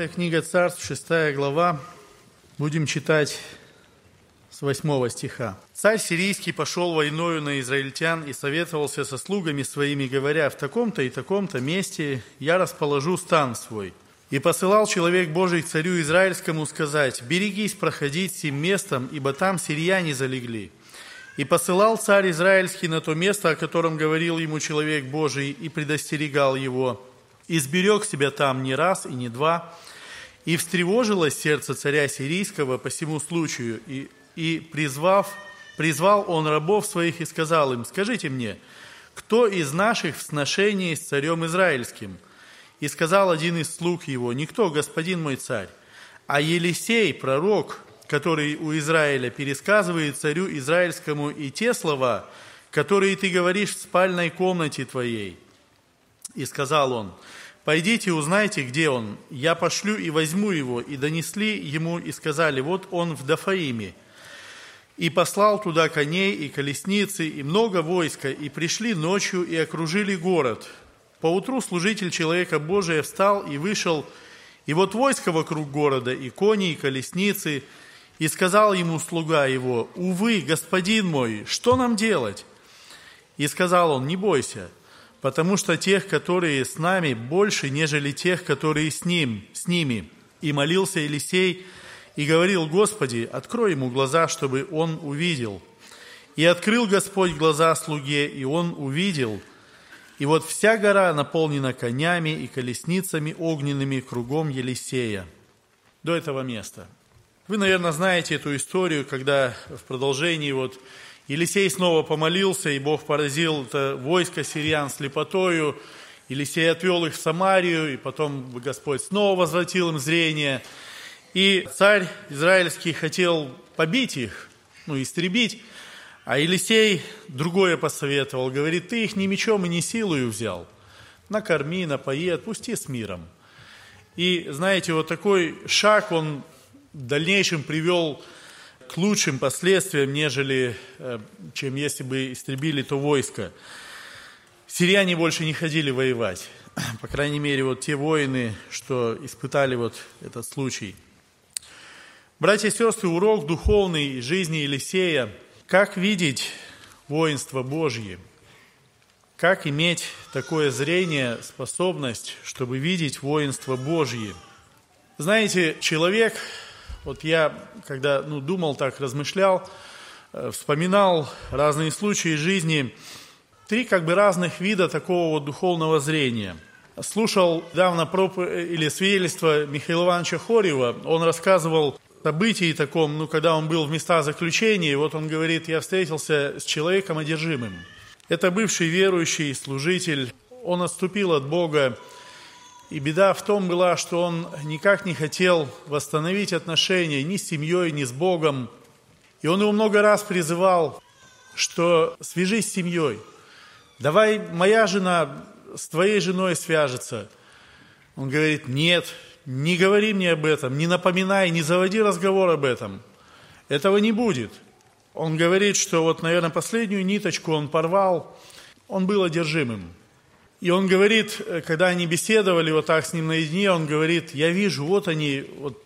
4 книга Царств, 6 глава. Будем читать с 8 стиха. «Царь сирийский пошел войною на израильтян и советовался со слугами своими, говоря: в таком-то и таком-то месте я расположу стан свой. И посылал человек Божий к царю израильскому сказать: берегись проходить сим местом, ибо там сирияне залегли. И посылал царь израильский на то место, о котором говорил ему человек Божий, и предостерегал его. И сберег себя там не раз и не два. И встревожилось сердце царя сирийского по сему случаю, и призвал он рабов своих и сказал им: скажите мне, кто из наших в сношении с царем израильским? И сказал один из слуг его: никто, господин мой царь. А Елисей, пророк, который у Израиля, пересказывает царю израильскому и те слова, которые ты говоришь в спальной комнате твоей. И сказал он: пойдите, узнайте, где он. Я пошлю и возьму его. И донесли ему и сказали: вот он в Дофаиме. И послал туда коней и колесницы и много войска, и пришли ночью и окружили город. Поутру служитель человека Божия встал и вышел, и вот войско вокруг города, и кони, и колесницы. И сказал ему слуга его: увы, господин мой, что нам делать? И сказал он: не бойся, потому что тех, которые с нами, больше, нежели тех, которые с ними. И молился Елисей и говорил: Господи, открой ему глаза, чтобы он увидел. И открыл Господь глаза слуге, и он увидел. И вот вся гора наполнена конями и колесницами огненными кругом Елисея». До этого места. Вы, наверное, знаете эту историю, когда в продолжении Елисей снова помолился, и Бог поразил это войско сириян слепотою. Елисей отвел их в Самарию, и потом Господь снова возвратил им зрение. И царь израильский хотел побить их, истребить, а Елисей другое посоветовал. Говорит: ты их ни мечом и ни силою взял. Накорми, напои, отпусти с миром. И знаете, такой шаг он в дальнейшем привел к лучшим последствиям, нежели чем если бы истребили то войско. Сирияне больше не ходили воевать. По крайней мере, те воины, что испытали этот случай. Братья и сестры, урок духовный из жизни Елисея. Как видеть воинство Божье? Как иметь такое зрение, способность, чтобы видеть воинство Божье? Знаете, человек, я, когда думал так, размышлял, вспоминал разные случаи жизни, 3 разных вида такого духовного зрения. Слушал недавно свидетельство Михаила Ивановича Хорьева. Он рассказывал о событии таком, когда он был в местах заключения, и он говорит: я встретился с человеком одержимым. Это бывший верующий служитель, он отступил от Бога, и беда в том была, что он никак не хотел восстановить отношения ни с семьей, ни с Богом. И он его много раз призывал, что свяжись с семьей, давай моя жена с твоей женой свяжется. Он говорит: нет, не говори мне об этом, не напоминай, не заводи разговор об этом. Этого не будет. Он говорит, что наверное, последнюю ниточку он порвал, он был одержимым. И он говорит, когда они беседовали так с ним наедине, он говорит: я вижу, они,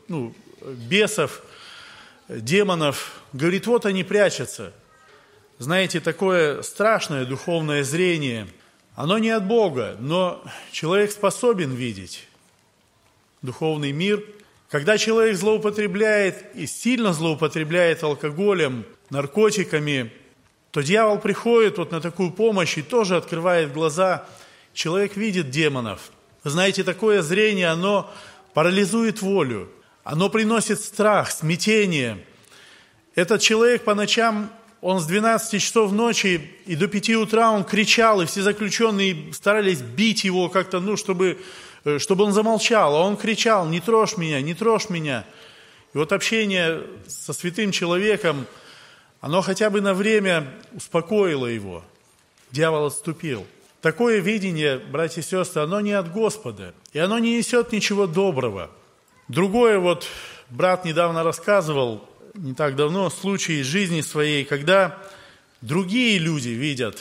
бесов, демонов, говорит, они прячутся. Знаете, такое страшное духовное зрение, оно не от Бога, но человек способен видеть духовный мир. Когда человек злоупотребляет и сильно злоупотребляет алкоголем, наркотиками, то дьявол приходит на такую помощь и тоже открывает глаза. Человек видит демонов. Знаете, такое зрение, оно парализует волю, оно приносит страх, смятение. Этот человек по ночам, он с 12 часов ночи и до 5 утра он кричал, и все заключенные старались бить его как-то, чтобы он замолчал. А он кричал: не трожь меня, не трожь меня. И общение со святым человеком, оно хотя бы на время успокоило его. Дьявол отступил. Такое видение, братья и сестры, оно не от Господа, и оно не несет ничего доброго. Другое, брат недавно рассказывал, не так давно, случай из жизни своей, когда другие люди видят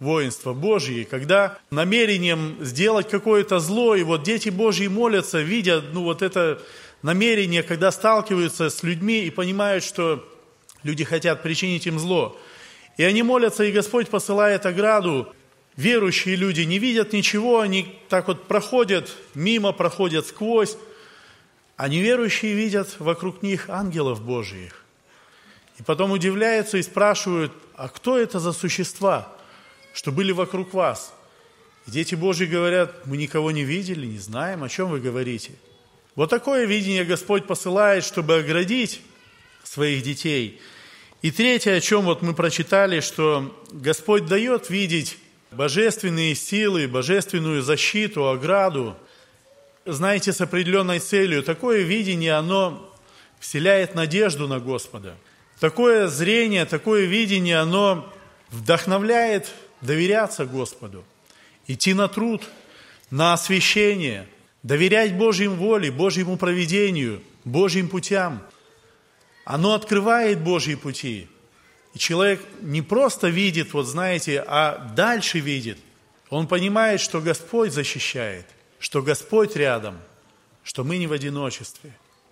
воинства Божьи, когда намерением сделать какое-то зло, и вот дети Божьи молятся, видя вот это намерение, когда сталкиваются с людьми и понимают, что люди хотят причинить им зло. И они молятся, и Господь посылает ограду. Верующие люди не видят ничего, они так вот проходят мимо, проходят сквозь, а неверующие видят вокруг них ангелов Божьих. И потом удивляются и спрашивают, а кто это за существа, что были вокруг вас? И дети Божьи говорят, мы никого не видели, не знаем, о чем вы говорите. Вот такое видение Господь посылает, чтобы оградить своих детей. И третье, о чем вот мы прочитали, что Господь дает видеть божественные силы, божественную защиту, ограду, знаете, с определенной целью. Такое видение, оно вселяет надежду на Господа. Такое зрение, такое видение, оно вдохновляет доверяться Господу, идти на труд, на освящение, доверять Божьим воле, Божьему провидению, Божьим путям. Оно открывает Божьи пути. И человек не просто видит, вот знаете, а дальше видит. Он понимает, что Господь защищает, что Господь рядом, что мы не в одиночестве.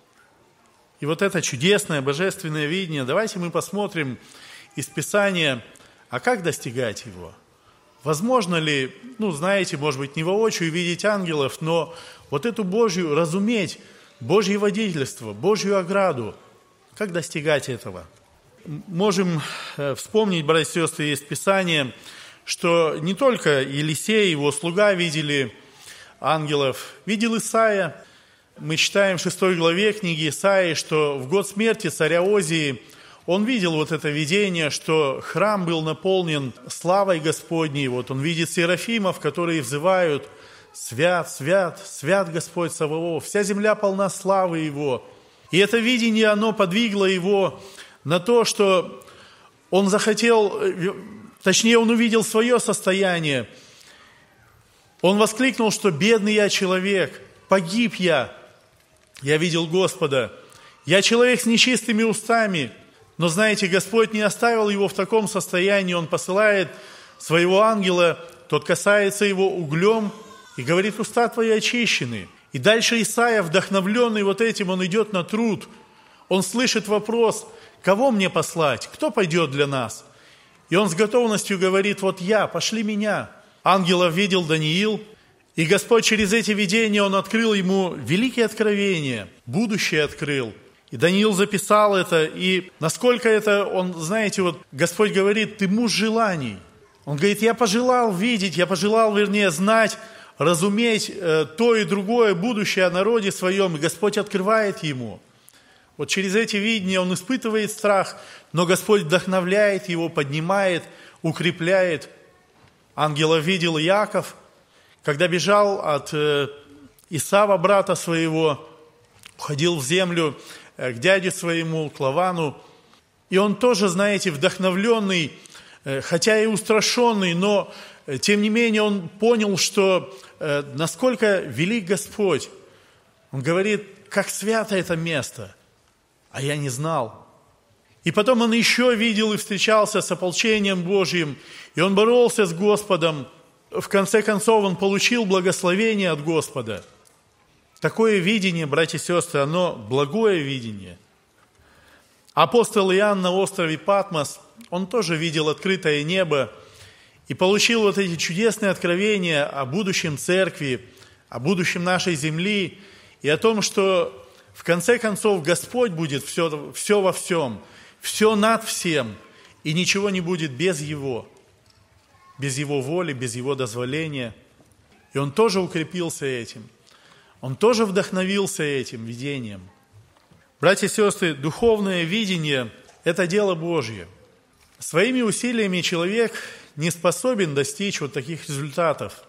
И вот это чудесное, божественное видение, давайте мы посмотрим из Писания, а как достигать его? Возможно ли, знаете, может быть, не воочию видеть ангелов, но вот эту Божью, разуметь Божье водительство, Божью ограду, как достигать этого? Можем вспомнить, братья и сестры, есть Писание, что не только Елисей, его слуга видели ангелов, видел Исаия. Мы читаем в 6 главе книги Исаии, что в год смерти царя Озии он видел вот это видение, что храм был наполнен славой Господней. Вот он видит серафимов, которые взывают: «Свят, свят, свят Господь Саваоф, вся земля полна славы Его». И это видение, оно подвигло его на то, что он захотел, точнее, он увидел свое состояние. Он воскликнул, что «бедный я человек, погиб я видел Господа, я человек с нечистыми устами». Но знаете, Господь не оставил его в таком состоянии, Он посылает своего ангела, тот касается его углем и говорит: «Уста твои очищены». И дальше Исаия, вдохновленный вот этим, он идет на труд. Он слышит вопрос: «Кого мне послать? Кто пойдет для нас?» И он с готовностью говорит: «Вот я, пошли меня». Ангелов видел Даниил, и Господь через эти видения, Он открыл ему великие откровения, будущее открыл. И Даниил записал это, и насколько это, он, знаете, вот Господь говорит: «Ты муж желаний». Он говорит: «Я пожелал видеть, знать, разуметь то и другое будущее о народе своем». И Господь открывает ему. Вот через эти видения он испытывает страх, но Господь вдохновляет его, поднимает, укрепляет. Ангелов видел Иаков, когда бежал от Исава, брата своего, уходил в землю к дяде своему, к Лавану. И он тоже, знаете, вдохновленный, хотя и устрашенный, но тем не менее он понял, что насколько велик Господь. Он говорит: «Как свято это место, а я не знал». И потом он еще видел и встречался с ополчением Божьим, и он боролся с Господом. В конце концов он получил благословение от Господа. Такое видение, братья и сестры, оно благое видение. Апостол Иоанн на острове Патмос, он тоже видел открытое небо и получил вот эти чудесные откровения о будущем церкви, о будущем нашей земли и о том, что в конце концов Господь будет все во всем, все над всем, и ничего не будет без Его воли, без Его дозволения. И он тоже укрепился этим. Он тоже вдохновился этим видением. Братья и сестры, духовное видение – это дело Божье. Своими усилиями человек не способен достичь вот таких результатов.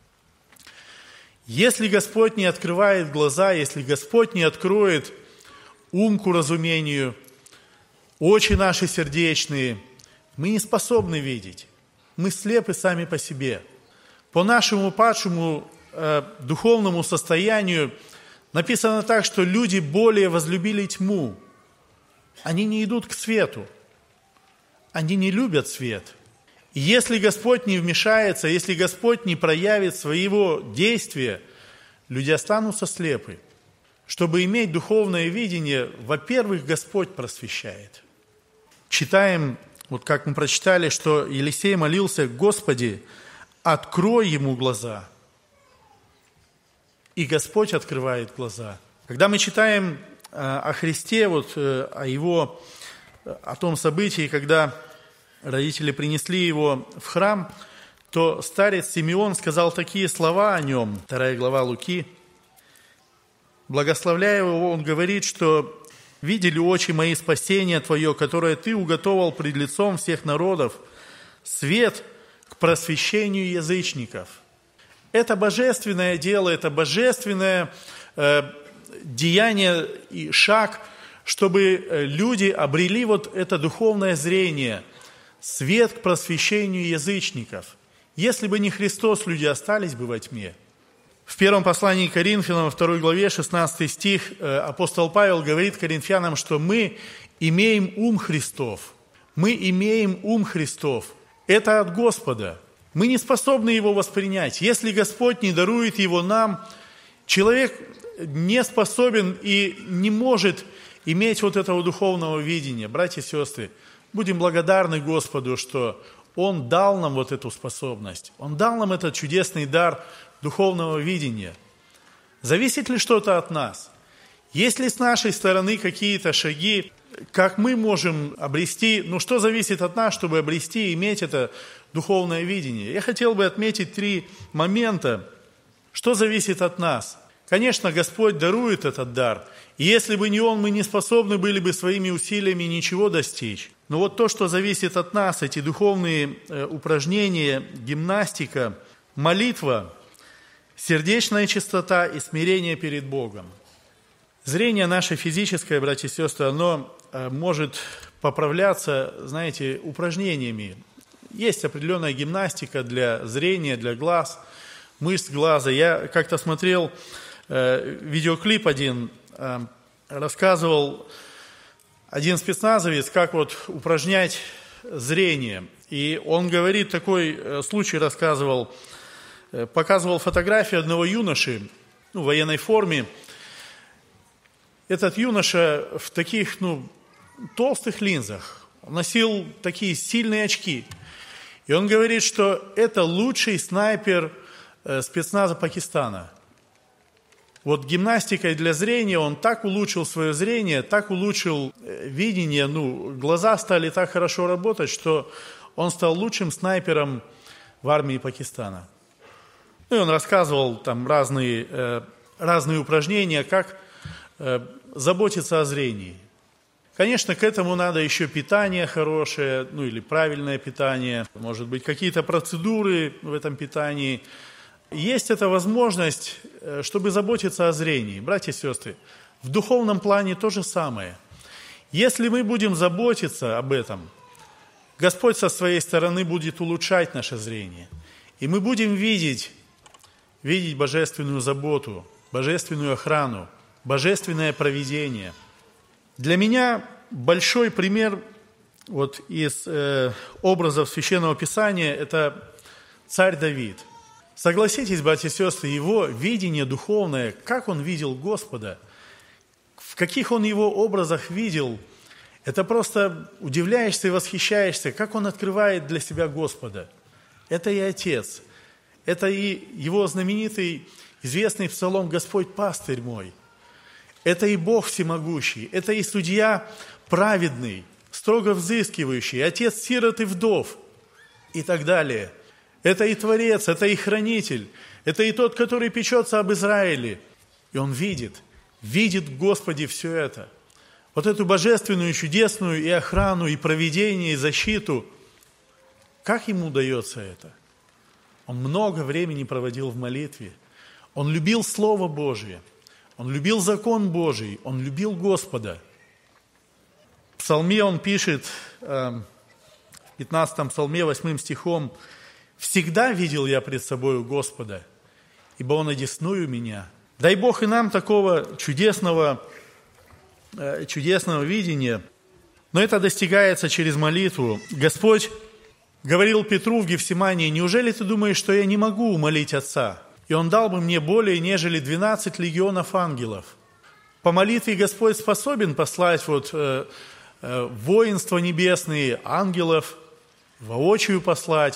Если Господь не открывает глаза, если Господь не откроет ум к разумению, очи наши сердечные, мы не способны видеть. Мы слепы сами по себе. По нашему падшему духовному состоянию написано так, что люди более возлюбили тьму. Они не идут к свету. Они не любят свет. И если Господь не вмешается, если Господь не проявит своего действия, люди останутся слепы. Чтобы иметь духовное видение, во-первых, Господь просвещает. Читаем, вот как мы прочитали, что Елисей молился: «Господи, открой ему глаза». И Господь открывает глаза. Когда мы читаем о Христе, о том событии, когда родители принесли его в храм, то старец Симеон сказал такие слова о нем, 2 глава Луки. Благословляя его, он говорит, что «видели очи мои спасение Твое, которое Ты уготовал пред лицом всех народов, свет к просвещению язычников». Это божественное дело, это божественное деяние и шаг, чтобы люди обрели это духовное зрение, свет к просвещению язычников. Если бы не Христос, люди остались бы во тьме. В первом послании к Коринфянам, 2 главе, 16 стих, апостол Павел говорит коринфянам, что мы имеем ум Христов. Мы имеем ум Христов. Это от Господа. Мы не способны его воспринять. Если Господь не дарует его нам, человек не способен и не может иметь этого духовного видения. Братья и сестры, будем благодарны Господу, что Он дал нам эту способность. Он дал нам этот чудесный дар духовного видения. Зависит ли что-то от нас? Есть ли с нашей стороны какие-то шаги, как мы можем обрести, что зависит от нас, чтобы обрести и иметь это духовное видение? Я хотел бы отметить 3 момента, что зависит от нас. Конечно, Господь дарует этот дар, и если бы не Он, мы не способны были бы своими усилиями ничего достичь. Но то, что зависит от нас, эти духовные упражнения, гимнастика, молитва, сердечная чистота и смирение перед Богом. Зрение наше физическое, братья и сестры, оно может поправляться, упражнениями. Есть определенная гимнастика для зрения, для глаз, мышц глаза. Я как-то смотрел видеоклип один, рассказывал один спецназовец, как упражнять зрение. И он говорит, такой случай рассказывал, показывал фотографию одного юноши в военной форме. Этот юноша в таких, толстых линзах, он носил такие сильные очки. И он говорит, что это лучший снайпер спецназа Пакистана. Гимнастикой для зрения он так улучшил свое зрение, так улучшил видение, глаза стали так хорошо работать, что он стал лучшим снайпером в армии Пакистана. И он рассказывал там разные упражнения, как заботиться о зрении. Конечно, к этому надо еще питание хорошее, или правильное питание, может быть, какие-то процедуры в этом питании. Есть эта возможность, чтобы заботиться о зрении. Братья и сестры, в духовном плане то же самое. Если мы будем заботиться об этом, Господь со своей стороны будет улучшать наше зрение. И мы будем видеть божественную заботу, божественную охрану, божественное провидение. Для меня большой пример из образов Священного Писания – это царь Давид. Согласитесь, братья и сестры, его видение духовное, как он видел Господа, в каких он его образах видел, это просто удивляешься и восхищаешься, как он открывает для себя Господа. Это и Отец, это и его знаменитый, известный псалом «Господь пастырь мой». Это и Бог всемогущий, это и судья праведный, строго взыскивающий, Отец сирот и вдов и так далее. Это и Творец, это и Хранитель, это и тот, который печется об Израиле. И он видит в Господе все это. Эту божественную, чудесную и охрану, и провидение, и защиту. Как ему удается это? Он много времени проводил в молитве. Он любил Слово Божие. Он любил закон Божий. Он любил Господа. В Псалме он пишет, в 15 Псалме, 8 стихом, «Всегда видел я пред собою Господа, ибо Он одесную меня». Дай Бог и нам такого чудесного видения, но это достигается через молитву. Господь говорил Петру в Гефсимании: «Неужели ты думаешь, что я не могу умолить Отца? И Он дал бы мне более, нежели 12 легионов ангелов». По молитве Господь способен послать воинства небесные, ангелов, воочию послать.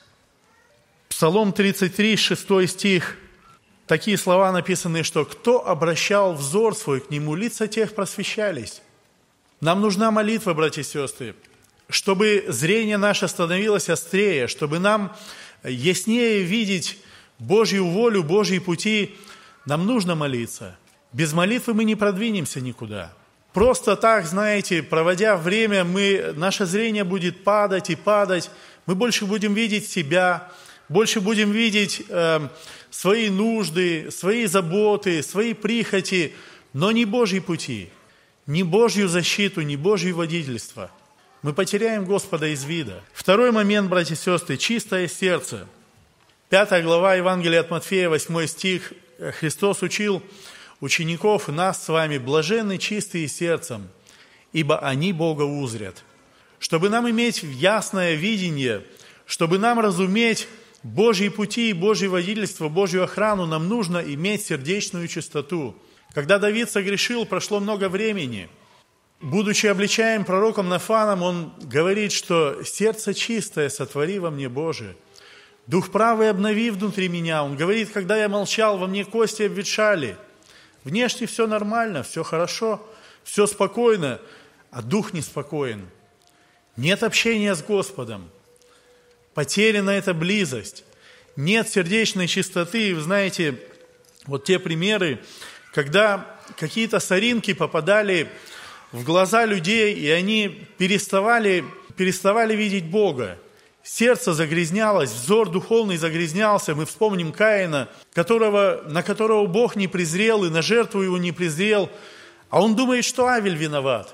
Псалом 33, 6 стих. Такие слова написаны, что «кто обращал взор свой к Нему, лица тех просвещались». Нам нужна молитва, братья и сестры, чтобы зрение наше становилось острее, чтобы нам яснее видеть Божью волю, Божьи пути. Нам нужно молиться. Без молитвы мы не продвинемся никуда. Просто так, знаете, проводя время, наше зрение будет падать и падать. Мы больше будем видеть себя, больше будем видеть свои нужды, свои заботы, свои прихоти, но не Божьи пути, не Божью защиту, не Божье водительство. Мы потеряем Господа из вида. Второй момент, братья и сестры, чистое сердце. 5 глава Евангелия от Матфея, 8 стих. Христос учил учеников и нас с вами: «Блаженны чистые сердцем, ибо они Бога узрят». Чтобы нам иметь ясное видение, чтобы нам разуметь Божьи пути, Божье водительство, Божью охрану, нам нужно иметь сердечную чистоту. Когда Давид согрешил, прошло много времени. Будучи обличаем пророком Нафаном, он говорит, что «сердце чистое сотвори во мне, Боже, дух правый обнови внутри меня». Он говорит: когда я молчал, во мне кости обветшали. Внешне все нормально, все хорошо, все спокойно, а дух неспокоен. Нет общения с Господом, потеряна эта близость, нет сердечной чистоты. И вы знаете, вот те примеры, когда какие-то соринки попадали в глаза людей, и они переставали видеть Бога. Сердце загрязнялось, взор духовный загрязнялся. Мы вспомним Каина, на которого Бог не презрел и на жертву его не презрел, а он думает, что Авель виноват.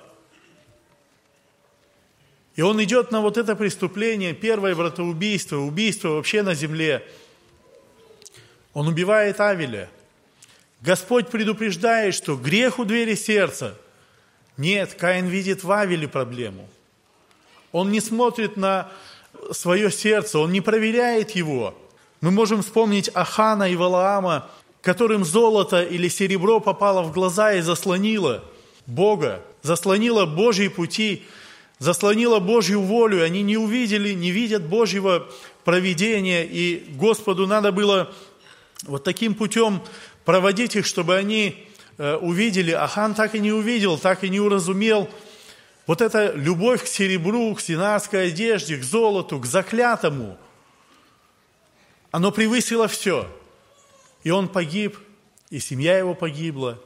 И он идет на вот это преступление, первое братоубийство, убийство вообще на земле. Он убивает Авеля. Господь предупреждает, что грех у двери сердца. Нет, Каин видит в Авеле проблему. Он не смотрит на свое сердце, он не проверяет его. Мы можем вспомнить Ахана и Валаама, которым золото или серебро попало в глаза и заслонило Бога, заслонило Божьи пути, заслонило Божью волю. Они не увидели, не видят Божьего провидения, и Господу надо было вот таким путем проводить их, чтобы они увидели. Ахан так и не увидел, так и не уразумел. Вот эта любовь к серебру, к синарской одежде, к золоту, к заклятому, оно превысило все. И он погиб, и семья его погибла.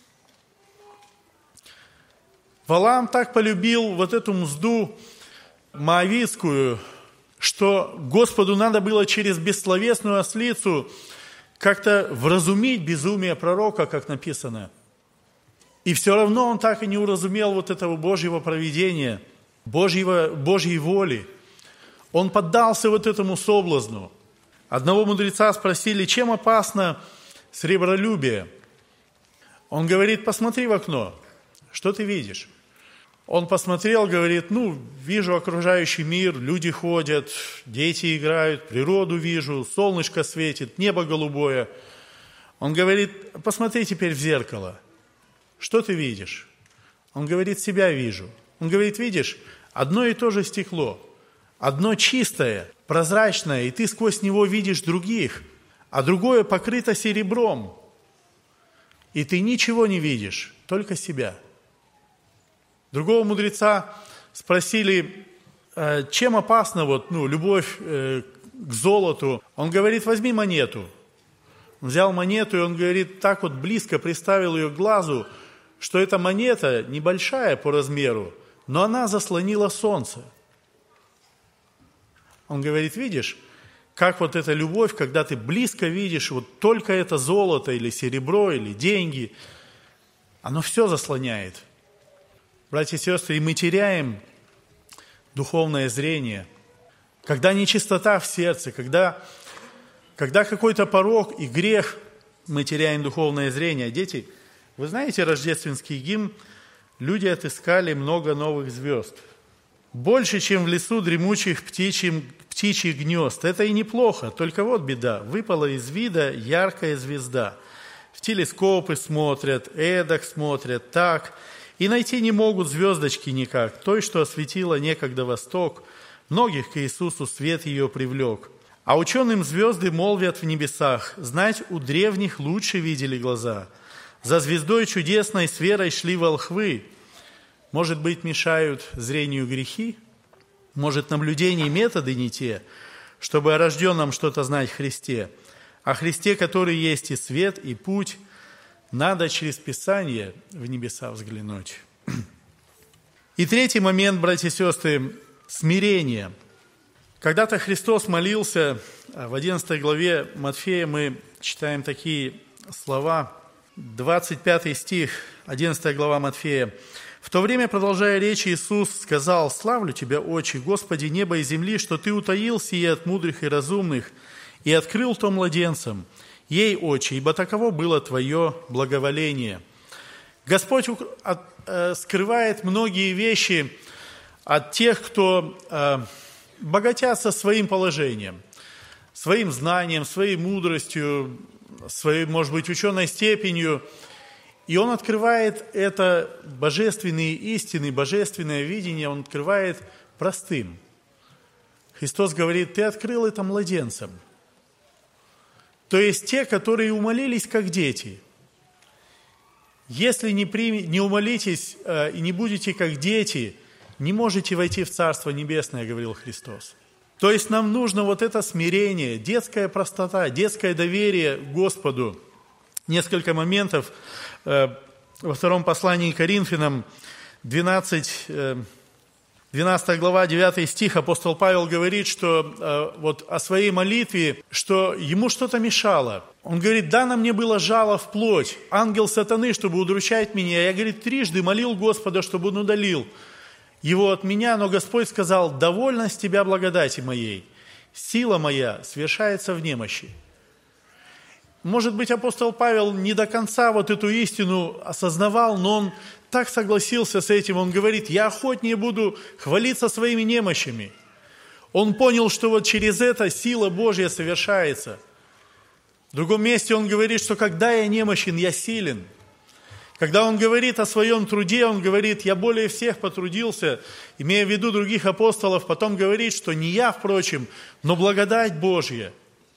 Валаам так полюбил вот эту мзду моавитскую, что Господу надо было через бессловесную ослицу как-то вразумить безумие пророка, как написано. И все равно он так и не уразумел вот этого Божьего провидения, Божьей воли. Он поддался вот этому соблазну. Одного мудреца спросили: чем опасно сребролюбие? Он говорит: посмотри в окно, что ты видишь? Он посмотрел, говорит: вижу окружающий мир, люди ходят, дети играют, природу вижу, солнышко светит, небо голубое. Он говорит: посмотри теперь в зеркало. Что ты видишь? Он говорит: себя вижу. Он говорит: видишь, одно и то же стекло, одно чистое, прозрачное, и ты сквозь него видишь других, а другое покрыто серебром, и ты ничего не видишь, только себя. Другого мудреца спросили, чем опасна любовь к золоту. Он говорит: возьми монету. Он взял монету, и он говорит, так вот близко приставил ее к глазу, что эта монета небольшая по размеру, но она заслонила солнце. Он говорит: видишь, как вот эта любовь, когда ты близко видишь вот только это золото или серебро или деньги, оно все заслоняет. Братья и сестры, и мы теряем духовное зрение. Когда нечистота в сердце, когда какой-то порок и грех, мы теряем духовное зрение. Дети, вы знаете рождественский гимн «Люди отыскали много новых звезд». больше, чем в лесу дремучих птичьих гнезд. Это и неплохо, только вот беда. Выпала из вида яркая звезда. В телескопы смотрят, эдак смотрят, так, и найти не могут звездочки никак. Той, что осветила некогда восток, многих к Иисусу свет ее привлек. А ученым звезды молвят в небесах, знать у древних лучше видели глаза. За звездой чудесной с верой шли волхвы. Может быть, мешают зрению грехи? Может, наблюдения и методы не те, чтобы о рожденном что-то знать в Христе? О Христе, который есть и свет, и путь, надо через Писание в небеса взглянуть. И третий момент, братья и сестры, смирение. Когда-то Христос молился, в 11 главе Матфея мы читаем такие слова, 25 стих, 11 глава Матфея. «В то время, продолжая речь, Иисус сказал: „Славлю Тебя, Отче, Господи неба и земли, что Ты утаил сие от мудрых и разумных и открыл то младенцам. Ей, Отче, ибо таково было Твое благоволение“». Господь скрывает многие вещи от тех, кто богатятся своим положением, своим знанием, своей мудростью, своей, может быть, ученой степенью. И Он открывает это божественные истины, божественное видение, Он открывает простым. Христос говорит: «Ты открыл это младенцам». То есть те, которые умолились как дети. Если не умолитесь и не будете как дети, не можете войти в Царство Небесное, говорил Христос. То есть нам нужно вот это смирение, детская простота, детское доверие к Господу. Несколько моментов. Во втором послании к Коринфянам, 12 глава, 9 стих, апостол Павел говорит, что вот о своей молитве, что ему что-то мешало. Он говорит: «Дано мне было жало в плоть, ангел сатаны, чтобы удручать меня. Я, говорит, трижды молил Господа, чтобы он удалил его от меня, но Господь сказал: „Довольно с тебя благодати моей, сила моя совершается в немощи“». Может быть, апостол Павел не до конца вот эту истину осознавал, но он так согласился с этим. Он говорит: «Я охотнее буду хвалиться своими немощами». Он понял, что вот через это сила Божья совершается. В другом месте он говорит, что когда я немощен, я силен. Когда он говорит о своем труде, он говорит: «Я более всех потрудился», имея в виду других апостолов. Потом говорит, что не я, впрочем, но благодать Божья.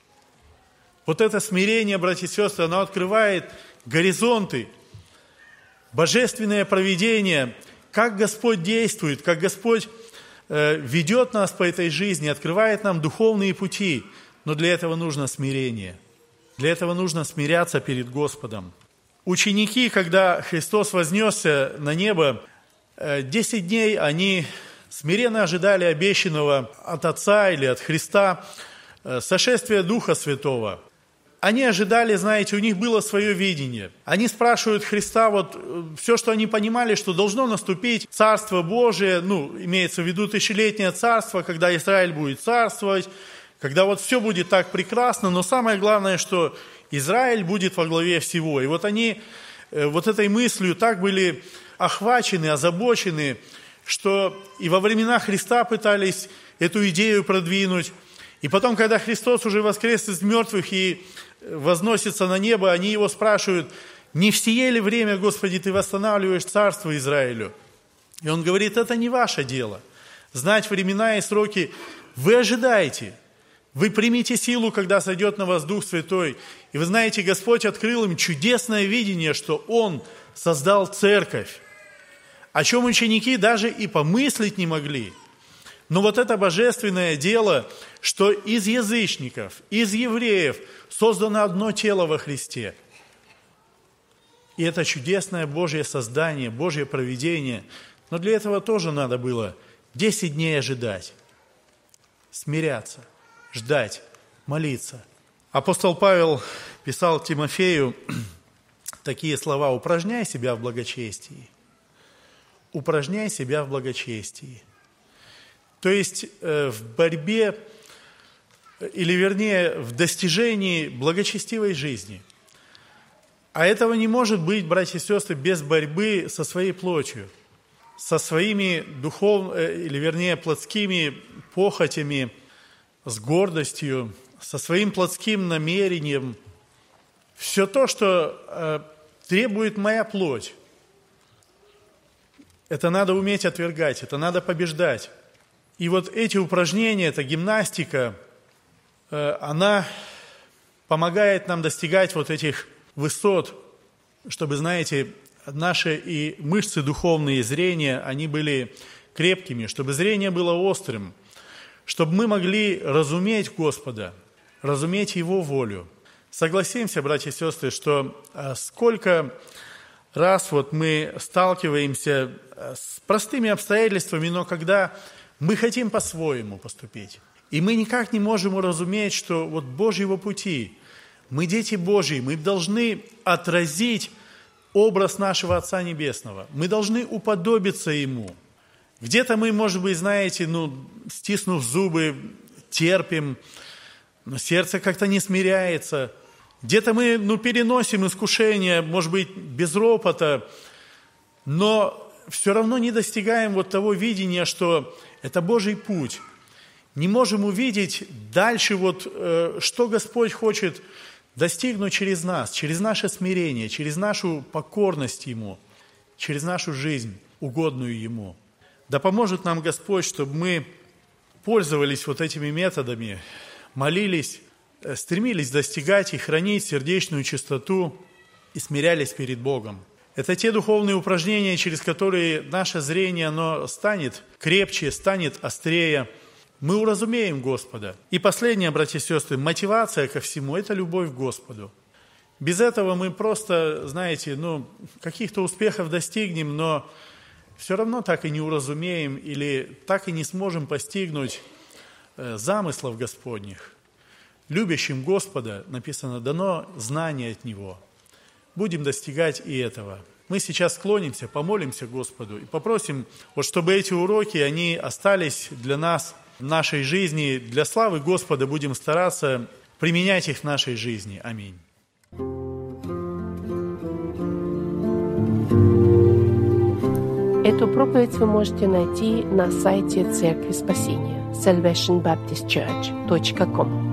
Вот это смирение, братья и сестры, оно открывает горизонты, божественное провидение, как Господь действует, как Господь ведет нас по этой жизни, открывает нам духовные пути. Но для этого нужно смирение. Для этого нужно смиряться перед Господом. Ученики, когда Христос вознесся на небо, 10 дней они смиренно ожидали обещанного от Отца или от Христа сошествия Духа Святого. Они ожидали, знаете, у них было свое видение. Они спрашивают Христа, вот все, что они понимали, что должно наступить Царство Божие, имеется в виду тысячелетнее царство, когда Израиль будет царствовать, когда вот все будет так прекрасно, но самое главное, что Израиль будет во главе всего. И вот они вот этой мыслью так были охвачены, озабочены, что и во времена Христа пытались эту идею продвинуть. И потом, когда Христос уже воскрес из мертвых и возносится на небо, они его спрашивают: «Не в сие ли время, Господи, Ты восстанавливаешь царство Израилю?» И он говорит: «Это не ваше дело. Знать времена и сроки вы ожидаете. Вы примите силу, когда сойдет на вас Дух Святой». И вы знаете, Господь открыл им чудесное видение, что Он создал церковь, о чем ученики даже и помыслить не могли. Но вот это божественное дело, что из язычников, из евреев создано одно тело во Христе. И это чудесное Божье создание, Божье провидение. Но для этого тоже надо было 10 дней ожидать, смиряться, ждать, молиться. Апостол Павел писал Тимофею такие слова: «Упражняй себя в благочестии». Упражняй себя в благочестии. То есть в борьбе, или вернее в достижении благочестивой жизни. А этого не может быть, братья и сестры, без борьбы со своей плотью. со своими плотскими похотями, с гордостью, со своим плотским намерением. Все то, что требует моя плоть, это надо уметь отвергать, это надо побеждать. И вот эти упражнения, эта гимнастика, она помогает нам достигать вот этих высот, чтобы, знаете, наши и мышцы духовные, зрения, они были крепкими, чтобы зрение было острым, чтобы мы могли разуметь Господа, разуметь Его волю. Согласимся, братья и сестры, что сколько раз вот мы сталкиваемся с простыми обстоятельствами, но когда мы хотим по-своему поступить, и мы никак не можем уразуметь, что вот Божьего пути, мы дети Божьи, мы должны отразить образ нашего Отца Небесного, мы должны уподобиться Ему. Где-то мы, может быть, знаете, стиснув зубы, терпим, но сердце как-то не смиряется. Где-то мы, переносим искушения, может быть, без ропота, но все равно не достигаем вот того видения, что это Божий путь. Не можем увидеть дальше, что Господь хочет достигнуть через нас, через наше смирение, через нашу покорность Ему, через нашу жизнь, угодную Ему. Да поможет нам Господь, чтобы мы пользовались вот этими методами, молились, стремились достигать и хранить сердечную чистоту и смирялись перед Богом. Это те духовные упражнения, через которые наше зрение, оно станет крепче, станет острее. Мы уразумеем Господа. И последнее, братья и сестры, мотивация ко всему – это любовь к Господу. Без этого мы просто, знаете, каких-то успехов достигнем, но все равно так и не уразумеем или так и не сможем постигнуть замыслов Господних. Любящим Господа, написано, дано знание от Него. Будем достигать и этого. Мы сейчас склонимся, помолимся Господу и попросим, чтобы эти уроки, они остались для нас в нашей жизни. Для славы Господа будем стараться применять их в нашей жизни. Аминь. Эту проповедь вы можете найти на сайте Церкви Спасения salvationbaptistchurch.com.